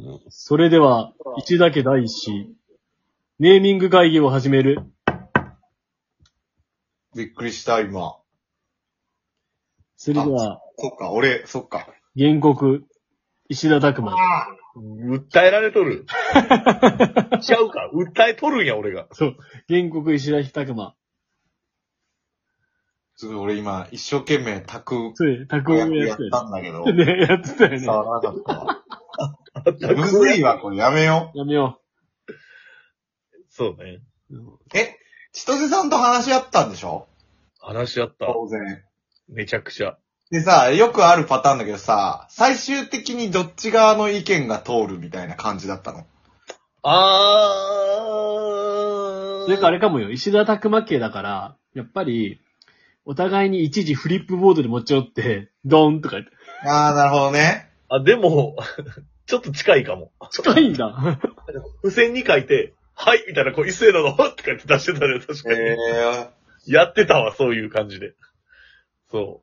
それでは、石田家第一子、ネーミング会議を始める。 びっくりした、今。 それでは、 そっか。 原告、石田拓馬。 訴えられとる。ちゃうか。訴えとるんや、俺が。 そう。原告、石田拓馬。 すごい、俺今、一生懸命そう、拓馬やっやってたたんだけど。 よね。ね、やってたよね。 触らなかったわ。むずいわ、これやめよやめよそうね。 う。 千歳さんと話し合ったんでしょ？ 話し合った。 当然。 めちゃくちゃ。 でさ、よくあるパターンだけどさ、最終的にどっち側の意見が通るみたいな感じだったの？ それかあれかもよ。石田拓馬家だから、やっぱり、お互いに一時フリップボードで持ち寄って、ドンとか言って。 あー、なるほどね。 でも、ちょっと近いかも。 近いんだ。 付箋に書いて、はいみたいな、こう、一斉なのとか言って出してたね、確かに。やってたわ、そういう感じで。そう。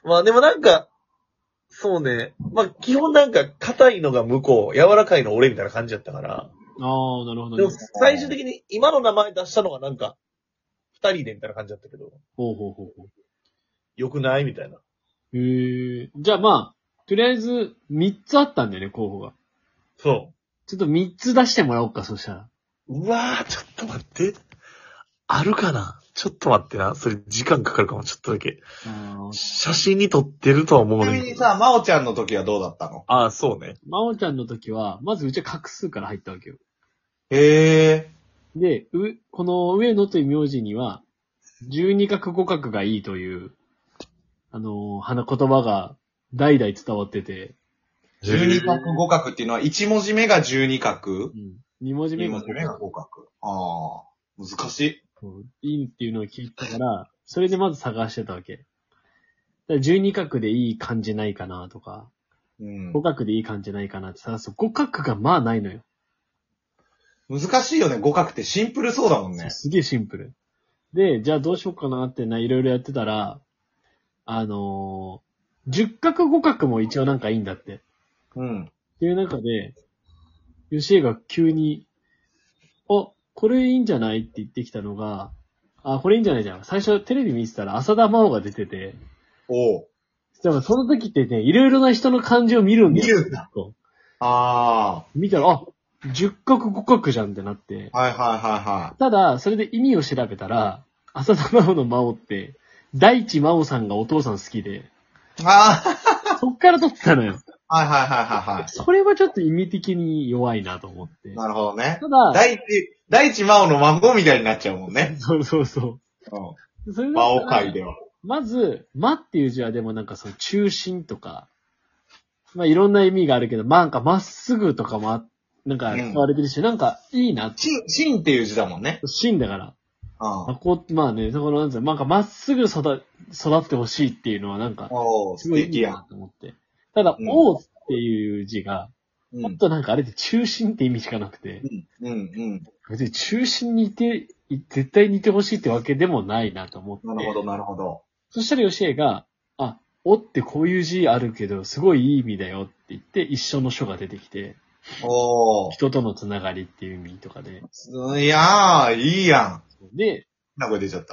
まあでもなんか、そうね。まあ基本なんか、硬いのが向こう、柔らかいの俺みたいな感じだったから。 ああ、なるほどねでも。最終的に今の名前出したのがなんか、二人でみたいな感じだったけど。 ほうほうほうほう。 よくないみたいな。 じゃあまあ、とりあえず、3つあったんだよね、候補が。 そちょっと3つ出してもらおうか、そしたら。 う。うわぁ、ちょっと待って。あるかな？ちょっと待ってな。それ時間かかるかも、ちょっとだけ。写真に撮ってるとは思うちなねんけど。 みにさ、まおちゃんの時はどうだったの？ ああ、そうね。 まおちゃんの時は、まずうちは画数から入ったわけよ。 へで、この上野という名字には、12画5画がいいという、言葉が代々伝わってて、 ー。12画5画っていうのは1文字目が12画 2文字目 2 が文字目が5画。ああ、難しい。 いいっていうのを聞いたから、それでまず探してたわけ。だから12画でいい感じないかなとか、 うん 5画でいい感じないかなって探すと、5画がまあないのよ。 難しいよね、5画ってシンプルそうだもんね。 すげえシンプル。で、じゃあどうしようかなっていろいろやってたら、10画5画も一応なんかいいんだって。 うん。 っていう中で、吉江が急に、これいいんじゃないって言ってきたのが、これいいんじゃないじゃん。最初テレビ見てたら浅田真央が出てて、 おう。 だからその時ってね、いろいろな人の感じを見るんだよ。 見るんだ。あ見たら、10画5画じゃんってなって。 あ。はいはいはいはただ、それで意味を調べたら、浅田真央の真央って、大地真央さんがお父さん好きで、 い。あそっから撮ってたのよ。 あ。はいはいはいはいはそれはちょっと意味的に弱いなと思って。 い。なるほどね。 ただ、 大地真央の孫みたいになっちゃうもんね。 そうそうそう。それだ真ったら央界では。 まず、まっていう字はでもなんかその中心とか、まあいろんな意味があるけど、なんかまっすぐとかもなんか使われてるし、なんかいいなって。 芯っていう字だもんね。 芯だから。 あまあね、そこのなんつうのなんかまっすぐ育ってほしいっていうのはなんか、 おー、 すごいいいなと思って。ただ、王っていう字が、もっとなんかあれって中心って意味しかなくて、別に中心に絶対似てほしいってわけでもないなと思って。 なるほど、なるほど。 そしたら吉江が、おってこういう字あるけど、すごいいい意味だよって言って、一緒の書が出てきて、 おー。 人とのつながりっていう意味とかで。 いやー、いいやん。 で、 なんか出ちゃった。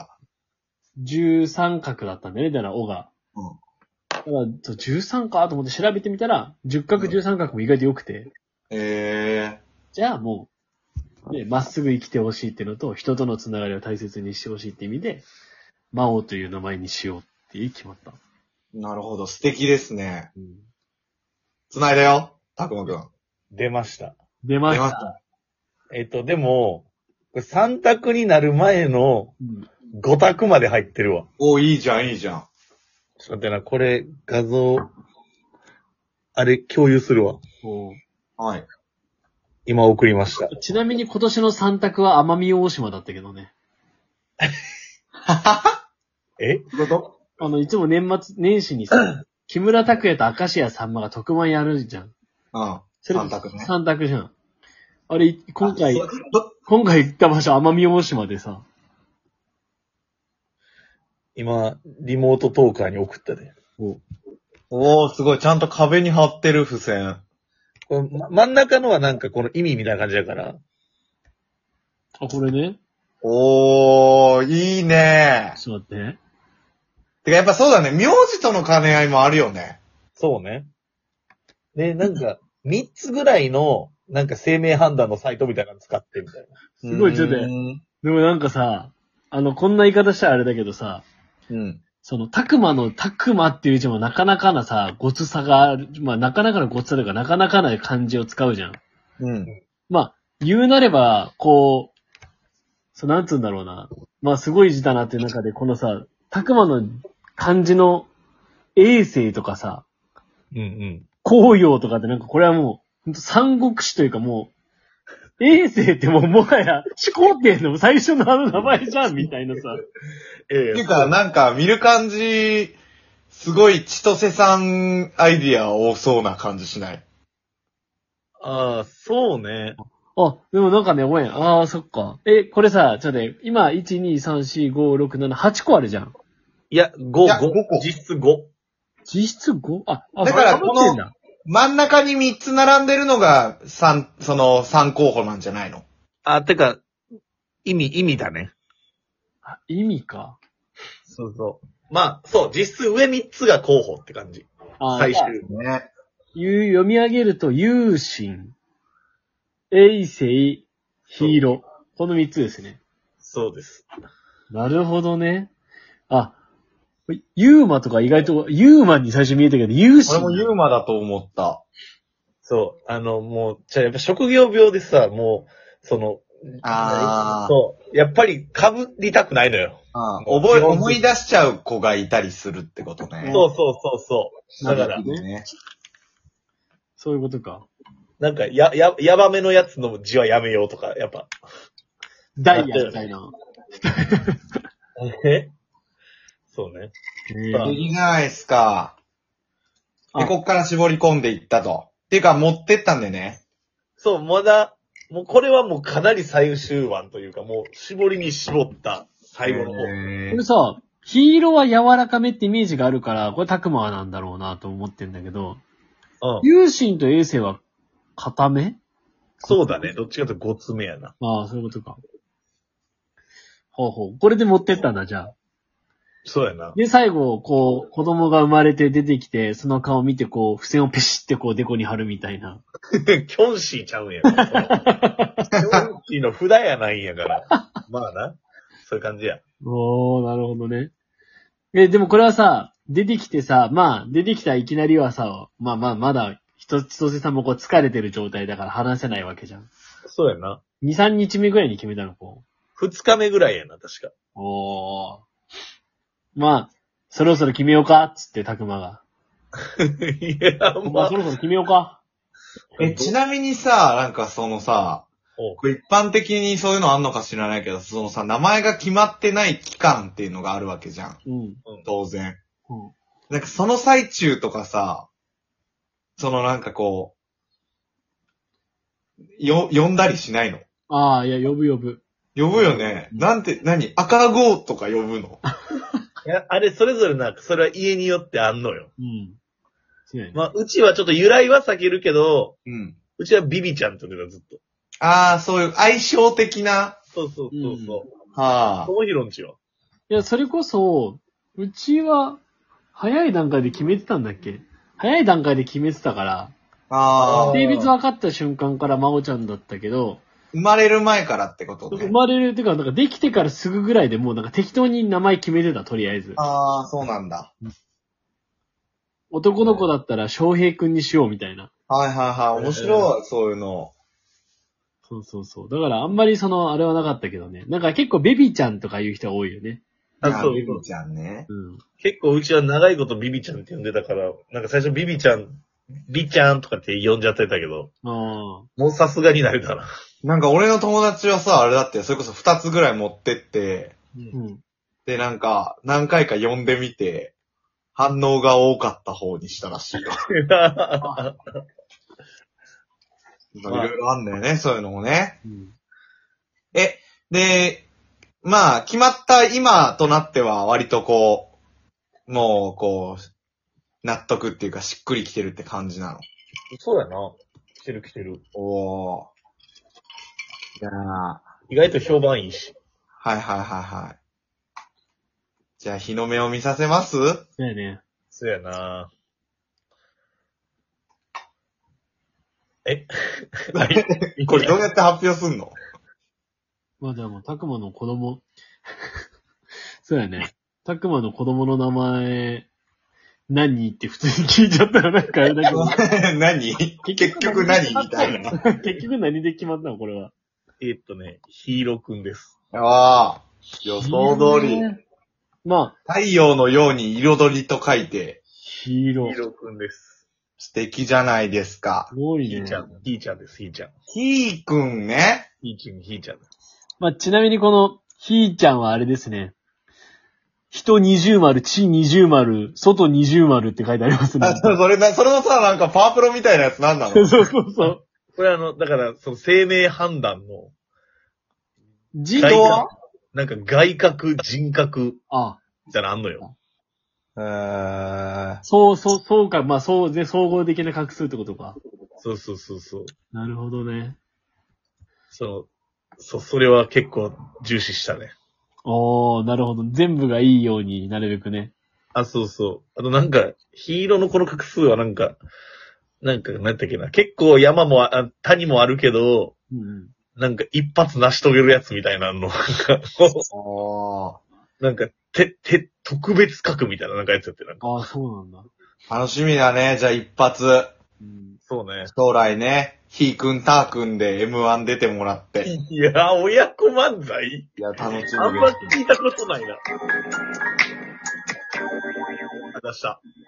13画だったんだよね、だから、おが。だから、13かと思って調べてみたら、10画13画も意外と良くて。じゃあもう、まっすぐ生きてほしいっていうのと、人とのつながりを大切にしてほしいって意味で、魔王という名前にしようって決まった。 なるほど、素敵ですね。繋いだよ、たくまくん。 出ました。 出ました。 でも、これ3択になる前の5択まで入ってるわ。 お、いいじゃん、いいじゃん。 ちょっと待ってな、これ画像、共有するわ。 はい。 今送りました。 ちなみに今年の3択は奄美大島だったけどね。 え？ どういうこと？ いつも年始にさ、木村拓哉と明石家さんまが特番やるじゃん。それ 3択ね。 3択じゃん。あれ、今回行った場所奄美大島でさ。 今、リモートトーカーに送ったで。 おー、すごい。ちゃんと壁に貼ってる付箋。 真ん中のはなんかこの意味みたいな感じだから。 あ、これね。 おー、いいね。 ちょっと待って。 てかやっぱそうだね、名字との兼ね合いもあるよね。 そうね。で、なんか、3つぐらいの、なんか生命判断のサイトみたいなの使ってみたいな。すごい、ちょっとね。でもなんかさ、こんな言い方したらあれだけどさ、 うん。 その、たくまのたくまっていう字もなかなかなさ、ごつさがある。まあ、なかなかのごつさとかなかなかな漢字を使うじゃん。 うん。 まあ、言うなれば、こう、そう、なんつうんだろうな。まあ、すごい字だなっていう中で、このさ、たくまの漢字の衛星とかさ、 うんうん。 紅葉とかってなんかこれはもう、ほんと三国志というかもう、衛星ってもうもはや始皇帝の最初の名前じゃんみたいなさ。 っていうか、なんか見る感じ、すごい千歳さんアイディア多そうな感じしない？ ああ、そうね。 あ、でもなんかね、ごめん。ああ、そっか。これさ、ちょっとね、今、1、2、3、4、5、6、7、8個あるじゃん。 いや、5、 いや 5 個。 実質5。 実質 5？ あ、 だからこの、 真ん中に3つ並んでるのが3候補なんじゃないの？ あ、てか、意味だね。 あ、意味か。 そうそう。まあ、そう、実質上3つが候補って感じ。最終。 ね。 読み上げると、有心、衛星、ヒーロー。この3つですね。 そうです。 なるほどね。あ、ユーマとか意外と、ユーマに最初見えたけど、有心。 俺もユーマだと思った。 そう。もう、やっぱ職業病でさ、もう、そう。やっぱり被りたくないのよ。 思い出しちゃう子がいたりするってことね。 そう。だから、 ね。 そういうことか。 なんか、やばめのやつの字はやめようとか、やっぱ。 ダイヤみたいな。 そうね。 いいじゃないですか。で、こっから絞り込んでいったと。っていうか、持ってったんでね。 そう、まだ、もうこれはもうかなり最終版というか、もう絞りに絞った最後の方。 これさ、黄色は柔らかめってイメージがあるから、これタクマなんだろうなと思ってんだけど、有心と衛星は固め？ そうだね。どっちかというと5つ目やな。 ああ、そういうことか。ほうほう。これで持ってったんだ、じゃあ。 そうやな。 で、最後、こう、子供が生まれて出てきて、その顔を見て、こう、付箋をペシってこう、デコに貼るみたいな。 キョンシーちゃうんやから。キョンシーの札やないんやから。まあな。そういう感じや。 おー、なるほどね。でもこれはさ、出てきてさ、まあ、出てきたいきなりはさ、まだ、千歳さんもこう疲れてる状態だから話せないわけじゃん。 そうやな。 2、3日目ぐらいに決めたの、こう。2日目ぐらいやな、確か。 おー。まあ、そろそろ決めようか、つって、たくまが。 いや、まあ。 そろそろ決めようか。 ちなみにさ、なんかそのさ、これ一般的にそういうのあんのか知らないけど、そのさ、名前が決まってない期間っていうのがあるわけじゃん。 うん。 当然。 うん。 なんかその最中とかさ、そのなんかこう、呼んだりしないの？ ああ、いや、呼ぶ。 呼ぶよね。何赤子とか呼ぶの？ いや、あれ、それぞれなんか、それは家によってあんのよ。 うん。 まあ、うちはちょっと由来は避けるけど、 うん。 うちはビビちゃんとかずっと。 ああ、そういう相性的な。 そう。 はあ。 ともひろんちは。 いや、それこそ、うちは、早い段階で決めてたんだっけ？早い段階で決めてたから、性別分かった瞬間からまおちゃんだったけど、 生まれる前からってことね。 生まれるっていうか、なんかできてからすぐぐらいでもうなんか適当に名前決めてた、とりあえず。 ああ、そうなんだ。 男の子だったら翔平くんにしようみたいな。 はい。面白い、そういうの。 そう。だからあんまりあれはなかったけどね。なんか結構ベビちゃんとか言う人が多いよね。 そう。ベビちゃんね。 うん。 結構うちは長いことビビちゃんって呼んでたから、なんか最初ビビちゃん、ビちゃんとかって呼んじゃってたけど、もうさすがに慣れたな。 なんか俺の友達はさ、あれだって、それこそ2つぐらい持ってって、で、なんか、何回か呼んでみて、反応が多かった方にしたらしいよ。いろいろあんだよね、そういうのもね。で、まあ、決まった今となっては割とこう、もうこう、納得っていうかしっくりきてるって感じなの。 そうやな。 来てる来てる。 おー。じゃあ。 意外と評判いいし。 はいはいはいはい。じゃあ、日の目を見させます？ そうやね。 そうやなこれどうやって発表すんの？ まあじゃあもう、たくまの子供。そうやね。たくまの子供の名前、何って普通に聞いちゃったらなんかあれだけど。 何？結局何みたいな。 結局何で決まったのこれは。 ヒーローくんです。 ああ。予想通り。 まあ。太陽のように彩りと書いて。 ヒーロー。 ヒーローくんです。 素敵じゃないですか。 すごいね。 ひーちゃんです、ひーちゃん。 ひーくんね。 ひーちゃん。 まあ、ちなみにこの、ひーちゃんはあれですね。人20丸、地20丸、外20丸って書いてありますね。 それのさ、なんかパワープロみたいなやつなんなの？ そうそうそう。 これだから、その生命判断の、 人はなんか外角、人格、 あみたいなのあんのよ。 そうか、まあそうで、総合的な画数ってことか。 そう。 なるほどね。 それは結構重視したね。 なるほど。全部がいいようになるべくね。 そう。あとなんか、ヒーローのこの画数はなんか、なんだっけな。結構山も谷もあるけど、なんか一発成し遂げるやつみたいなのなんか、特別格みたいななんかやつやってなんか。 そうなんだ。 楽しみだね、じゃあ一発。 そうね。 将来ね、ひーくん、たーくんで M1 出てもらって。 いや、親子漫才？ いや、楽しみです。 あんま聞いたことないな。出した。